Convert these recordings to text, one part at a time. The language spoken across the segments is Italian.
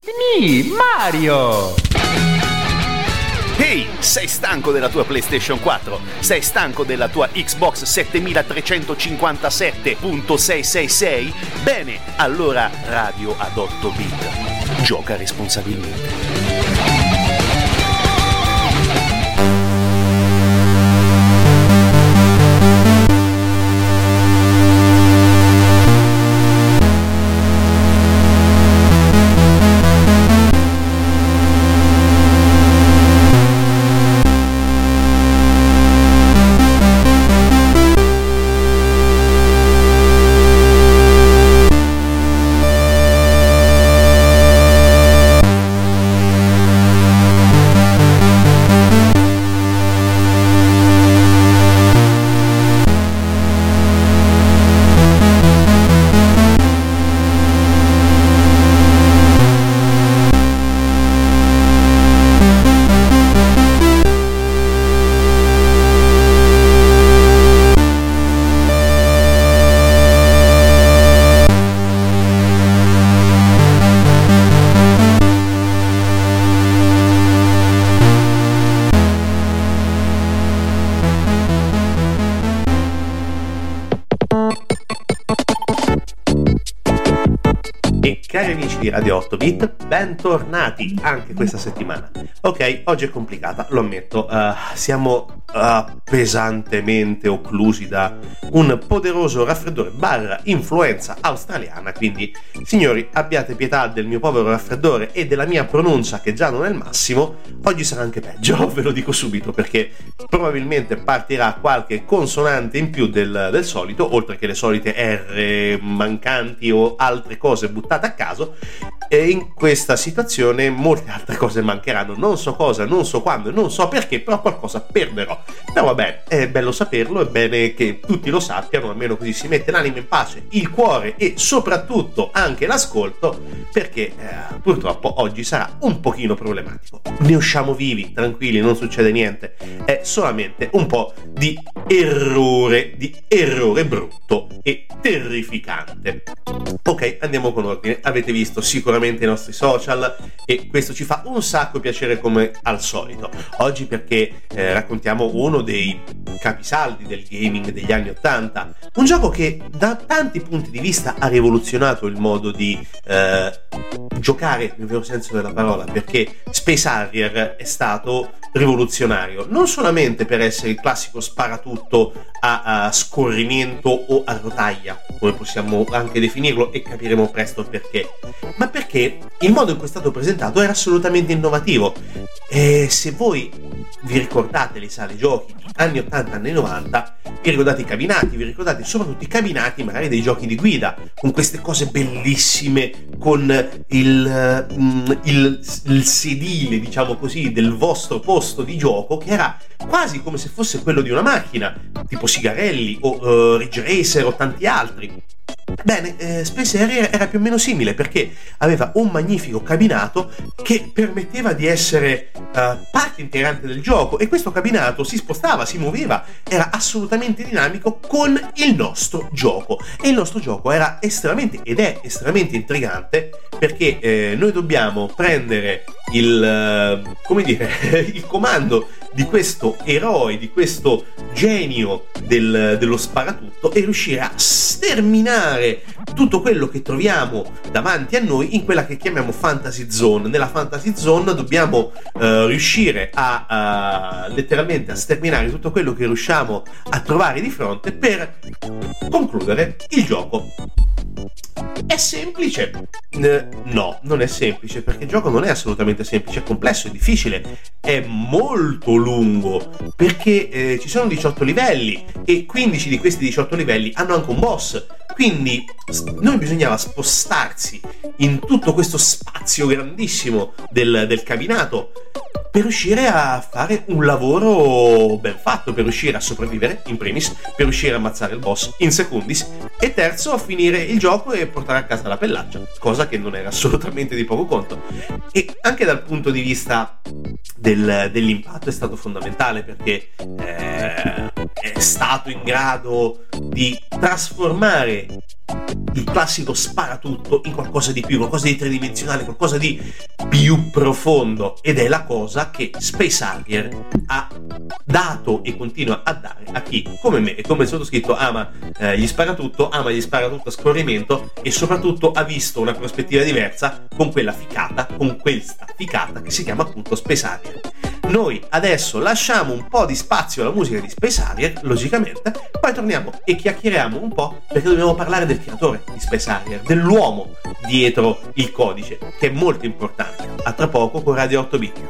Mario! Ehi, sei stanco della tua PlayStation 4? Sei stanco della tua Xbox 7357.666? Bene, allora Radio ad 8 bit. Gioca responsabilmente. Cari amici di Radio 8 Bit, bentornati anche questa settimana. Ok, oggi è complicata, lo ammetto, siamo pesantemente occlusi da un poderoso raffreddore barra influenza australiana, quindi signori abbiate pietà del mio povero raffreddore e della mia pronuncia che già non è il massimo. Oggi sarà anche peggio, ve lo dico subito, perché probabilmente partirà qualche consonante in più del solito, oltre che le solite R mancanti o altre cose buttate a caso, e in questa situazione molte altre cose mancheranno, non so cosa, non so quando, non so perché, però qualcosa perderò. Però vabbè, è bello saperlo, è bene che tutti lo sappiano, almeno così si mette l'anima in pace, il cuore e soprattutto anche l'ascolto, perché purtroppo oggi sarà un pochino problematico. Ne usciamo vivi, tranquilli, non succede niente, è solamente un po' di errore brutto e terrificante. Ok, andiamo con ordine. Avete visto sicuramente i nostri social e questo ci fa un sacco piacere come al solito. Oggi perché raccontiamo uno dei capisaldi del gaming degli anni 80, un gioco che da tanti punti di vista ha rivoluzionato il modo di giocare nel vero senso della parola, perché Space Harrier è stato rivoluzionario, non solamente per essere il classico sparatutto a scorrimento o a rotaia, come possiamo anche definirlo e capiremo presto perché, ma perché il modo in cui è stato presentato era assolutamente innovativo. E se voi vi ricordate le sale giochi di anni 80, anni 90, vi ricordate i cabinati, vi ricordate soprattutto i cabinati magari dei giochi di guida, con queste cose bellissime, con il sedile, diciamo così, del vostro posto di gioco, che era quasi come se fosse quello di una macchina, tipo Sigarelli o Ridge Racer o tanti altri. Bene, Space Harrier era più o meno simile, perché aveva un magnifico cabinato che permetteva di essere parte integrante del gioco, e questo cabinato si spostava, si muoveva, era assolutamente dinamico con il nostro gioco, e il nostro gioco era estremamente ed è estremamente intrigante, perché noi dobbiamo prendere il comando di questo eroe, di questo genio dello sparatutto, e riuscire a sterminare tutto quello che troviamo davanti a noi in quella che chiamiamo Fantasy Zone. Nella Fantasy Zone dobbiamo riuscire a letteralmente a sterminare tutto quello che riusciamo a trovare di fronte per concludere il gioco. È semplice? No, non è semplice, perché il gioco non è assolutamente semplice, è complesso, è difficile, è molto lungo, perché ci sono 18 livelli e 15 di questi 18 livelli hanno anche un boss, quindi noi bisognava spostarsi in tutto questo spazio grandissimo del cabinato per riuscire a fare un lavoro ben fatto, per riuscire a sopravvivere in primis, per riuscire a ammazzare il boss in secundis, e terzo a finire il gioco e portare a casa la pellaccia, cosa che non era assolutamente di poco conto. E anche dal punto di vista dell'impatto è stato fondamentale, perché è stato in grado di trasformare il classico sparatutto in qualcosa di più, qualcosa di tridimensionale, qualcosa di più profondo, ed è la cosa che Space Harrier ha dato e continua a dare a chi come me e come il sottoscritto ama gli sparatutto a scorrimento, e soprattutto ha visto una prospettiva diversa con questa ficata che si chiama appunto Space Harrier. Noi adesso lasciamo un po' di spazio alla musica di Space Harrier, logicamente, poi torniamo e chiacchieriamo un po', perché dobbiamo parlare del creatore di Space Harrier, dell'uomo dietro il codice, che è molto importante. A tra poco con Radio 8 Bit.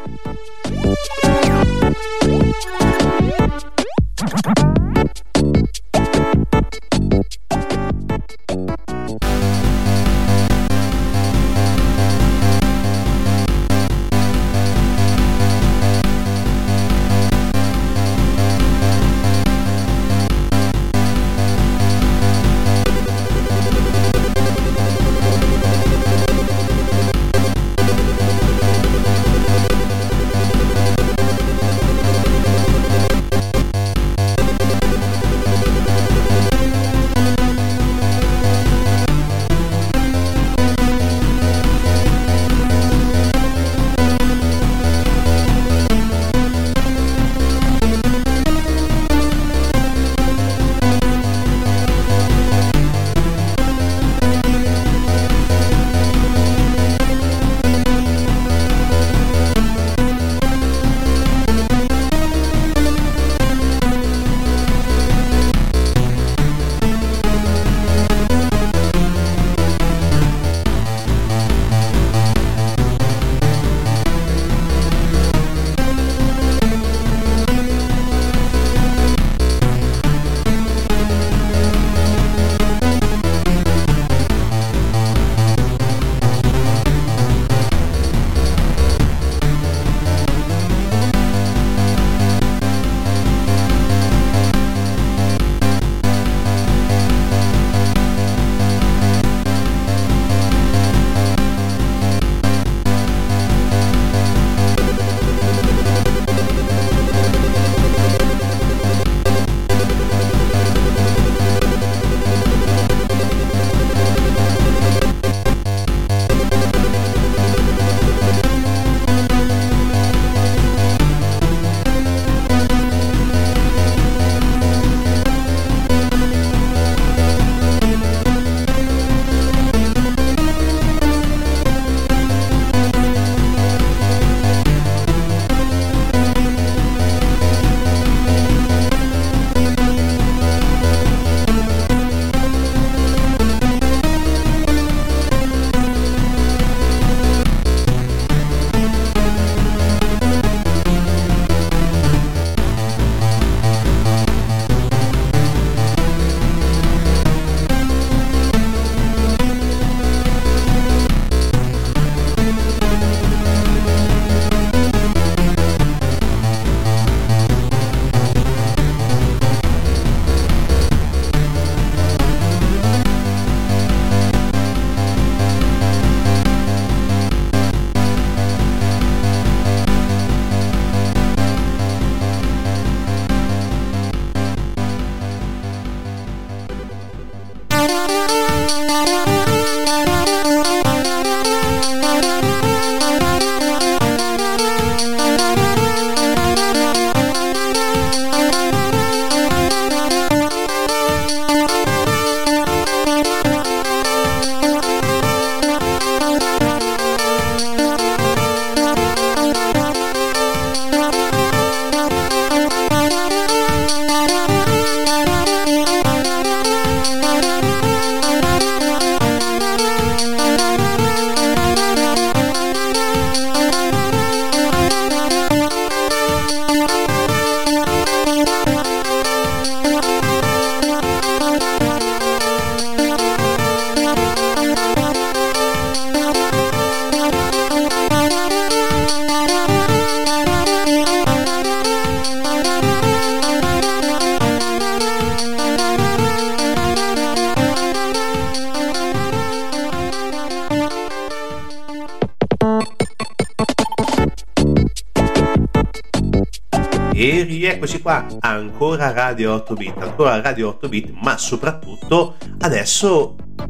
E rieccoci qua, ancora Radio 8 Bit, ma soprattutto adesso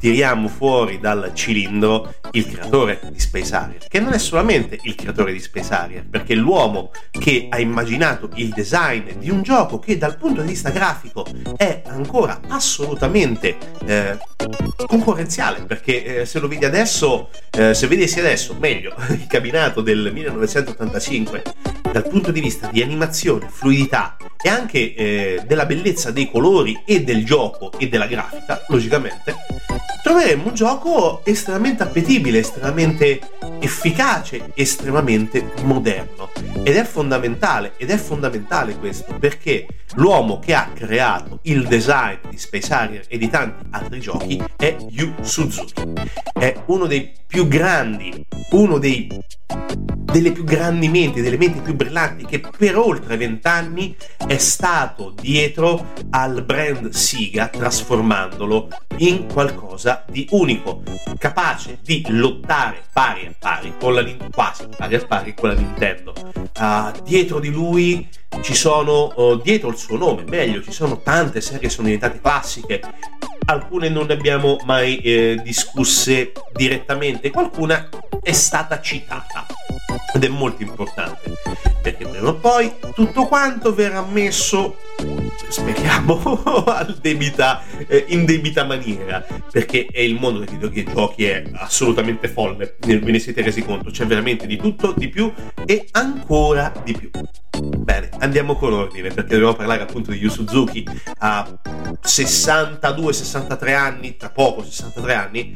tiriamo fuori dal cilindro il creatore di Space Harrier, che non è solamente il creatore di Space Harrier, perché l'uomo che ha immaginato il design di un gioco che dal punto di vista grafico è ancora assolutamente concorrenziale, perché se lo vedi adesso, se vedessi adesso meglio il cabinato del 1985 dal punto di vista di animazione, fluidità e anche della bellezza dei colori e del gioco e della grafica, logicamente troveremmo un gioco estremamente appetibile, estremamente efficace, estremamente moderno, ed è fondamentale questo, perché l'uomo che ha creato il design di Space Harrier e di tanti altri giochi è Yu Suzuki. È uno dei più grandi, delle più grandi menti, delle menti più brillanti, che per oltre 20 anni è stato dietro al brand Sega, trasformandolo in qualcosa di unico, capace di lottare pari a pari con quasi pari a pari con la Nintendo. Dietro di lui ci sono, dietro il suo nome, meglio, ci sono tante serie che sono diventate classiche. Alcune non ne abbiamo mai discusse direttamente, qualcuna è stata citata ed è molto importante, perché prima o poi tutto quanto verrà messo, speriamo, in debita maniera, perché il mondo dei videogiochi è assolutamente folle, ve ne siete resi conto, c'è veramente di tutto, di più e ancora di più. Bene, andiamo con ordine, perché dobbiamo parlare appunto di Yu Suzuki. A 62-63 anni, tra poco 63 anni,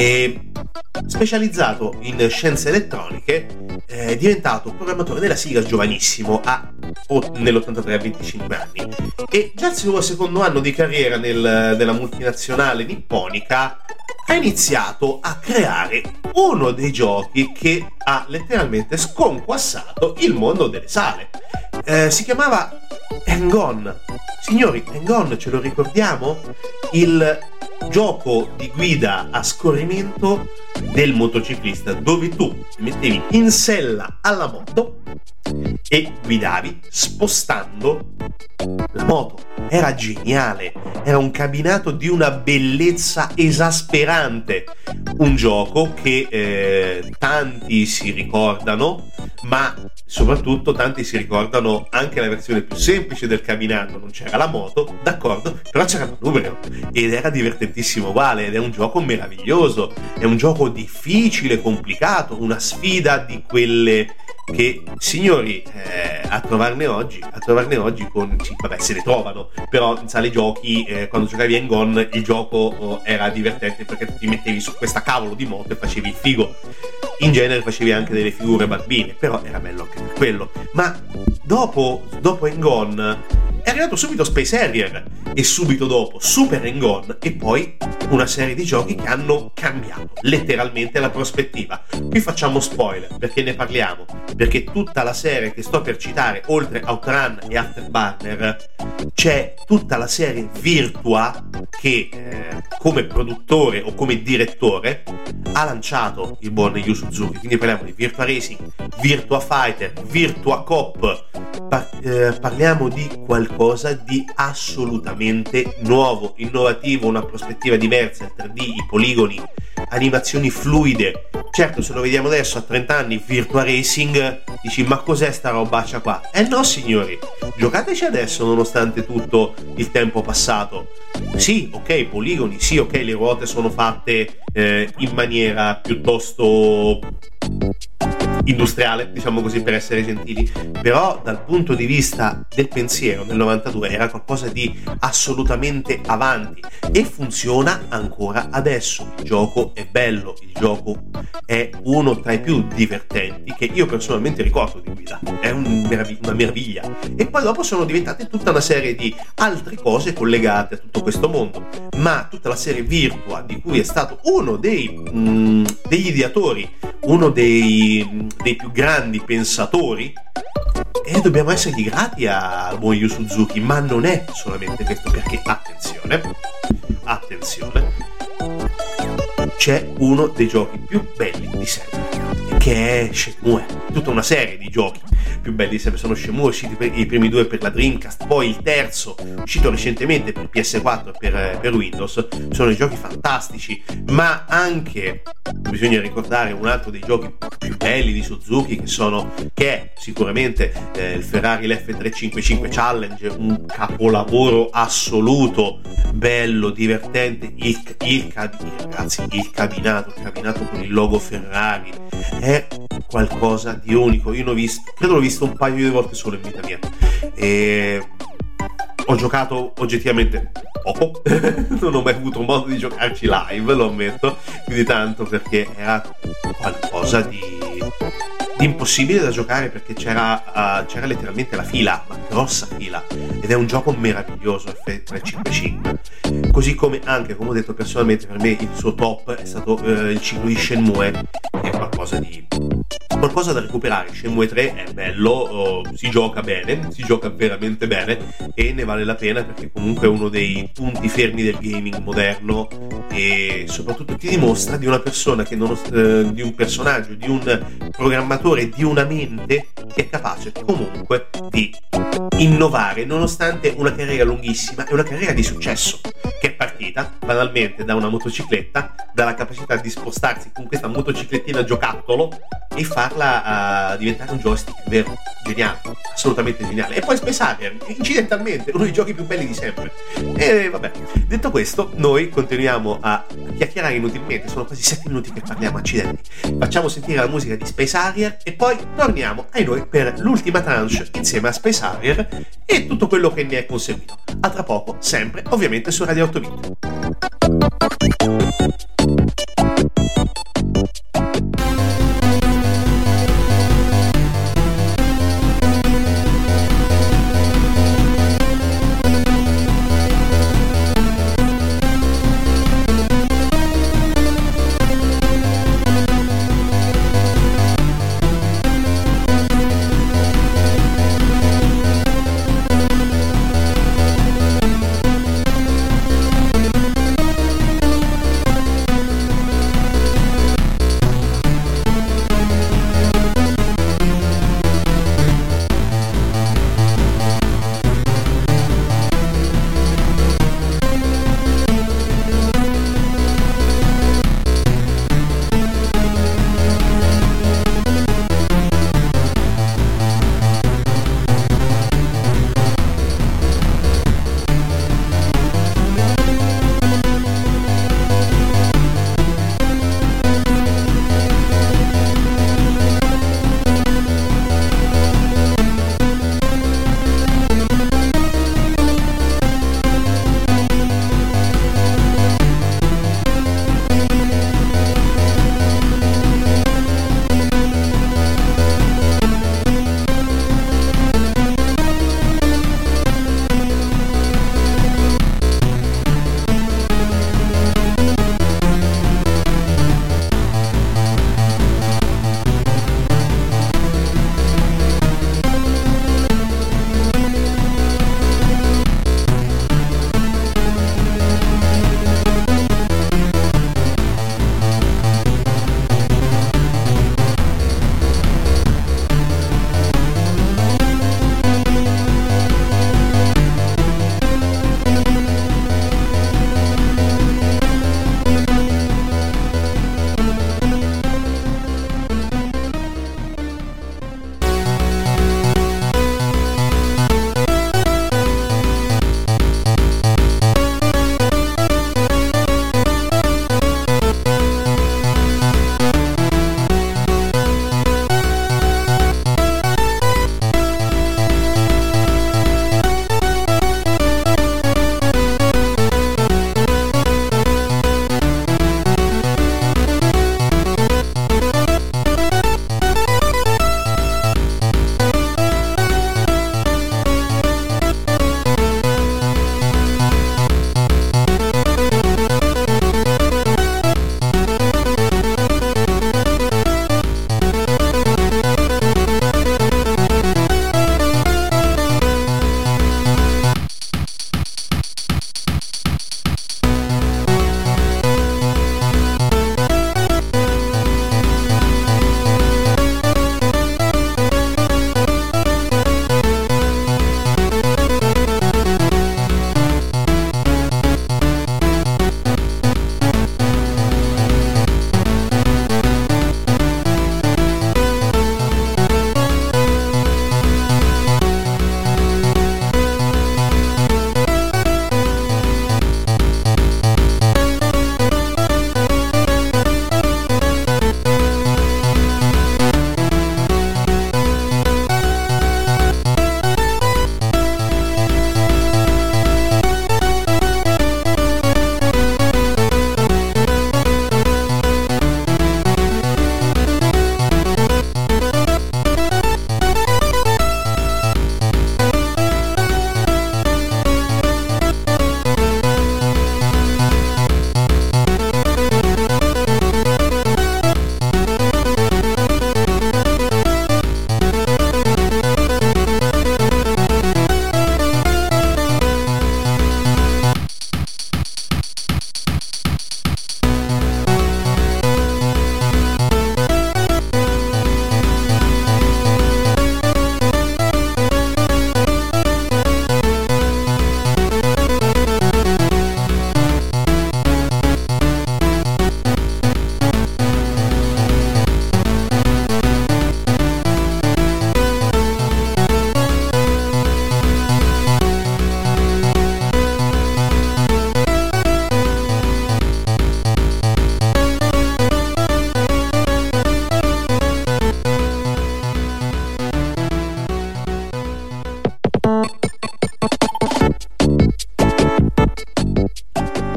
specializzato in scienze elettroniche, è diventato programmatore della Sega giovanissimo, nell'83 a 25 anni, e già al suo secondo anno di carriera nella multinazionale nipponica ha iniziato a creare uno dei giochi che ha letteralmente sconquassato il mondo delle sale. Si chiamava Hang-On. Signori, Hang-On, ce lo ricordiamo? Il gioco di guida a scorrimento del motociclista, dove tu ti mettevi in sella alla moto e guidavi spostando la moto. Era geniale, era un cabinato di una bellezza esasperante, un gioco che tanti si ricordano, ma soprattutto tanti si ricordano anche la versione più semplice del cabinato. Non c'era la moto, d'accordo, però c'era il numero ed era divertentissimo uguale, ed è un gioco meraviglioso, è un gioco difficile, complicato, una sfida di quelle che, signori, a trovarne oggi vabbè, se ne trovano, però in sale giochi, quando giocavi a Hang-On, il gioco era divertente perché tu ti mettevi su questa cavolo di moto e facevi il figo. In genere facevi anche delle figure barbine, però era bello anche per quello. Ma dopo Hang-On è arrivato subito Space Harrier, e subito dopo Super Hang-On, e poi una serie di giochi che hanno cambiato letteralmente la prospettiva. Qui facciamo spoiler, perché ne parliamo, perché tutta la serie che sto per citare, oltre a Outrun e Afterburner, c'è tutta la serie Virtua che come produttore o come direttore ha lanciato il buon Yu Suzuki. Quindi parliamo di Virtua Racing, Virtua Fighter, Virtua Cop, parliamo di qualcosa di assolutamente nuovo, innovativo, una prospettiva diversa, il 3D, i poligoni, animazioni fluide. Certo, se lo vediamo adesso a 30 anni Virtua Racing, dici ma cos'è sta robaccia qua? No signori, giocateci adesso nonostante tutto il tempo passato. Sì, ok, poligoni, sì, ok, le ruote sono fatte in maniera piuttosto industriale, diciamo così, per essere gentili, però dal punto di vista del pensiero nel 92 era qualcosa di assolutamente avanti, e funziona ancora adesso. Il gioco è bello, il gioco è uno tra i più divertenti che io personalmente ricordo di guida, è una meraviglia. E poi dopo sono diventate tutta una serie di altre cose collegate a tutto questo mondo, ma tutta la serie Virtua, di cui è stato uno degli ideatori, uno dei più grandi pensatori, e dobbiamo essergli grati a buon Yu Suzuki. Ma non è solamente questo, perché attenzione, c'è uno dei giochi più belli di sempre, che è Shenmue, tutta una serie di giochi più belli sempre sono Shenmue, usciti i primi due per la Dreamcast, poi il terzo uscito recentemente per PS4 e per Windows. Sono dei giochi fantastici, ma anche bisogna ricordare un altro dei giochi più belli di Suzuki che è sicuramente il Ferrari l'F355 Challenge, un capolavoro assoluto, bello, divertente, ragazzi, il cabinato con il logo Ferrari è qualcosa di unico. Io credo l'ho visto un paio di volte solo in vita mia e ho giocato oggettivamente poco non ho mai avuto modo di giocarci live, lo ammetto, più di tanto, perché era qualcosa di impossibile da giocare, perché c'era letteralmente la fila, una grossa fila, ed è un gioco meraviglioso F355, così come anche, come ho detto, personalmente per me il suo top è stato il ciclo di Shenmue, che è qualcosa da recuperare. Shenmue 3 è bello, si gioca bene, si gioca veramente bene e ne vale la pena, perché comunque è uno dei punti fermi del gaming moderno e soprattutto ti dimostra di una persona di un personaggio, di un programmatore, di una mente che è capace comunque di innovare nonostante una carriera lunghissima e una carriera di successo, che è partita banalmente da una motocicletta, dalla capacità di spostarsi con questa motociclettina giocattolo e farla diventare un joystick vero, geniale, assolutamente geniale. E poi Space Harrier, incidentalmente uno dei giochi più belli di sempre. E vabbè, detto questo, noi continuiamo a chiacchierare inutilmente, sono quasi 7 minuti che parliamo, accidenti. Facciamo sentire la musica di Space Harrier e poi torniamo ai noi per l'ultima tranche insieme a Space Harrier e tutto quello che ne è conseguito. A tra poco, sempre ovviamente su Radio 8 Bit.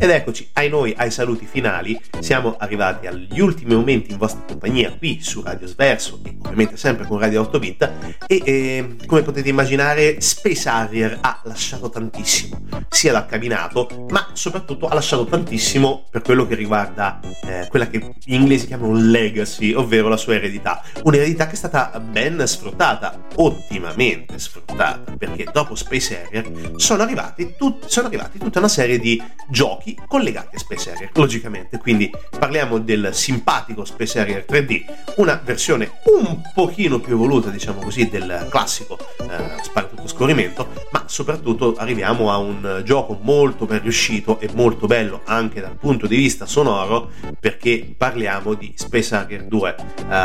Ed eccoci ai saluti finali, siamo arrivati agli ultimi momenti in vostra compagnia qui su Radio Sverso e ovviamente sempre con Radio 8 Bit e come potete immaginare Space Harrier ha lasciato tantissimo, sia dal cabinato ma soprattutto ha lasciato tantissimo per quello che riguarda quella che gli inglesi chiamano legacy, ovvero la sua eredità, un'eredità che è stata ben sfruttata, ottimamente sfruttata, perché dopo Space Harrier sono arrivati tutta una serie di giochi collegati a Space Harrier, logicamente. Quindi parliamo del simpatico Space Harrier 3D, una versione un pochino più evoluta, diciamo così, del classico sparatutto scorrimento, ma soprattutto arriviamo a un gioco molto ben riuscito e molto bello anche dal punto di vista sonoro, perché parliamo di Space Harrier 2.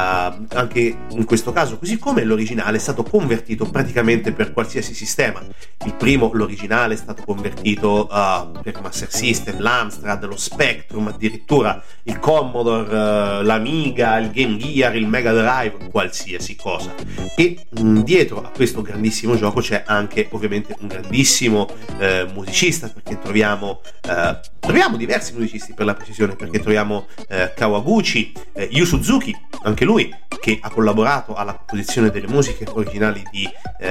Anche in questo caso, così come l'originale, è stato convertito praticamente per qualsiasi sistema. Il primo, l'originale, è stato convertito per Master System, l'Amstrad, lo Spectrum, addirittura il Commodore, l'Amiga, il Game Gear, il Mega Drive, qualsiasi cosa. E dietro a questo grandissimo gioco c'è anche ovviamente un grandissimo musicista, perché troviamo diversi musicisti, per la precisione, perché troviamo Kawaguchi, Yu Suzuki, anche lui, che ha collaborato alla composizione delle musiche originali di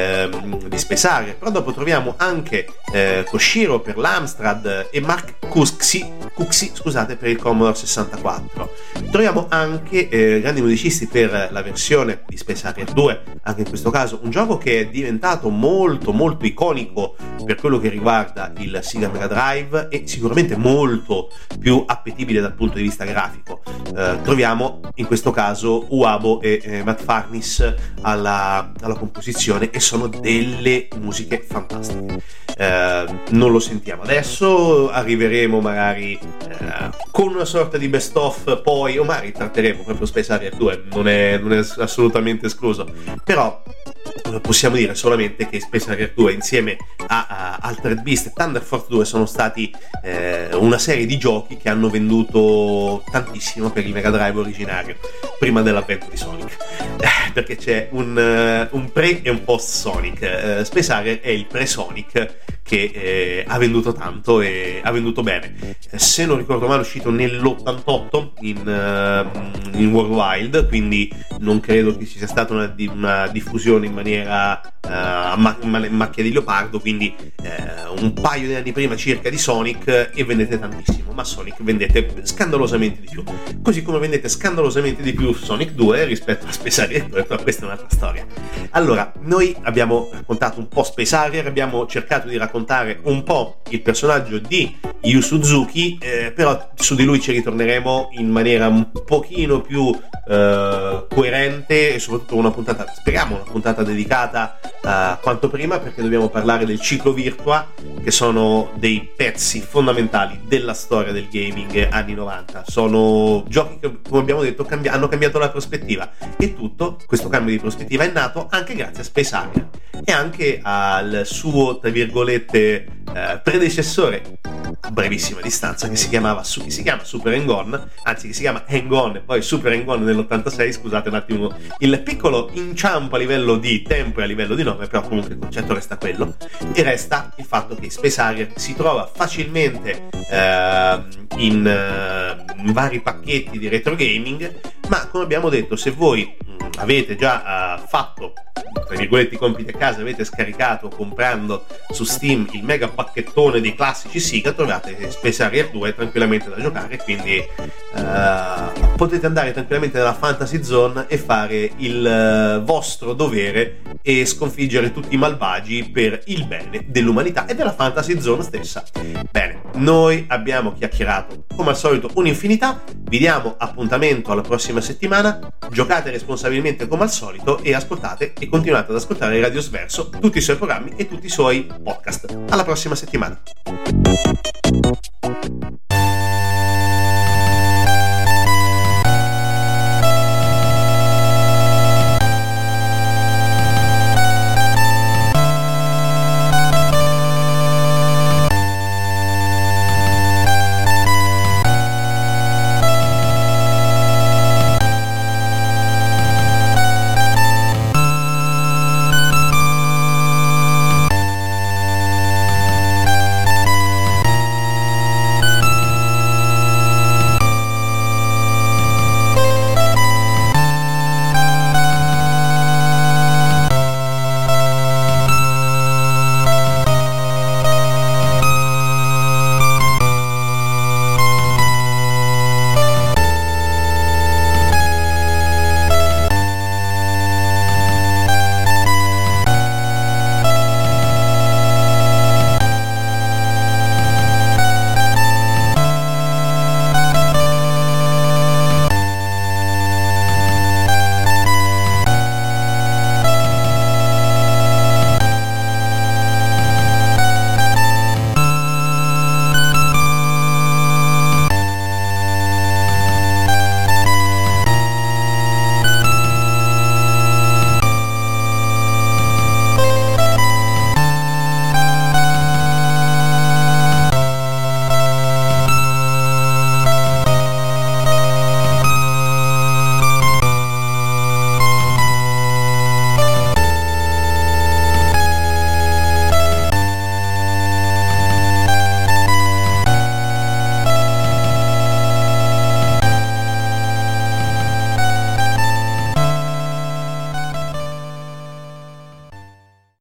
Space Harrier, però dopo troviamo anche Koshiro per l'Amstrad e Mark Cuxi, scusate, per il Commodore 64. Troviamo anche grandi musicisti per la versione di Space Harrier 2, anche in questo caso un gioco che è diventato molto molto iconico per quello che riguarda il Sega Mega Drive e sicuramente molto più appetibile dal punto di vista grafico. Troviamo in questo caso Uabo e Matt Farnis alla composizione e sono delle musiche fantastiche. Non lo sentiamo adesso, arriveremo magari con una sorta di best of, poi o magari tratteremo proprio Space Harrier 2, non è assolutamente escluso, però possiamo dire solamente che Space Harrier 2 insieme a Altered Beast e Thunder Force 2 sono stati una serie di giochi che hanno venduto tantissimo per il Mega Drive originario, prima dell'avvento di Sonic, perché c'è un pre e un post Sonic. Space Harrier è il pre-Sonic che ha venduto tanto e ha venduto bene. Se non ricordo male è uscito nell'88 in Worldwide, quindi non credo che ci sia stata una diffusione in maniera macchia di leopardo, quindi un paio di anni prima circa di Sonic, e vendete tantissimo, ma Sonic vendete scandalosamente di più, così come vendete scandalosamente di più Sonic 2 rispetto a Space Harrier 2, però questa è un'altra storia. Allora, noi abbiamo raccontato un po' Space Harrier, abbiamo cercato di raccontare un po' il personaggio di Yu Suzuki, però su di lui ci ritorneremo in maniera un pochino più coerente e soprattutto speriamo una puntata dedicata quanto prima, perché dobbiamo parlare del ciclo Virtua, che sono dei pezzi fondamentali della storia del gaming anni 90. Sono giochi che, come abbiamo detto, hanno cambiato la prospettiva, e tutto questo cambio di prospettiva è nato anche grazie a Space Harrier e anche al suo, tra virgolette, predecessore a brevissima distanza, che si chiama Super Hang-On, anzi che si chiama Hang-On e poi Super Hang-On nell'86. Scusate un attimo il piccolo inciampo a livello di tempo e a livello di nome, però comunque il concetto resta quello, e resta il fatto che Space Harrier si trova facilmente in vari pacchetti di retro gaming, ma come abbiamo detto, se voi avete già fatto, tra virgolette, i compiti a casa, avete scaricato comprando su Steam il mega pacchettone dei classici Sega, trovate Space Harrier 2 tranquillamente da giocare, quindi potete andare tranquillamente nella Fantasy Zone e fare il vostro dovere e sconfiggere tutti i malvagi per il bene dell'umanità e della Fantasy Zone stessa. Bene, noi abbiamo chiacchierato come al solito un'infinità, vi diamo appuntamento alla prossima settimana, giocate responsabilmente come al solito e ascoltate e continuate ad ascoltare Radio Sverso, tutti i suoi programmi e tutti i suoi podcast. Alla prossima settimana.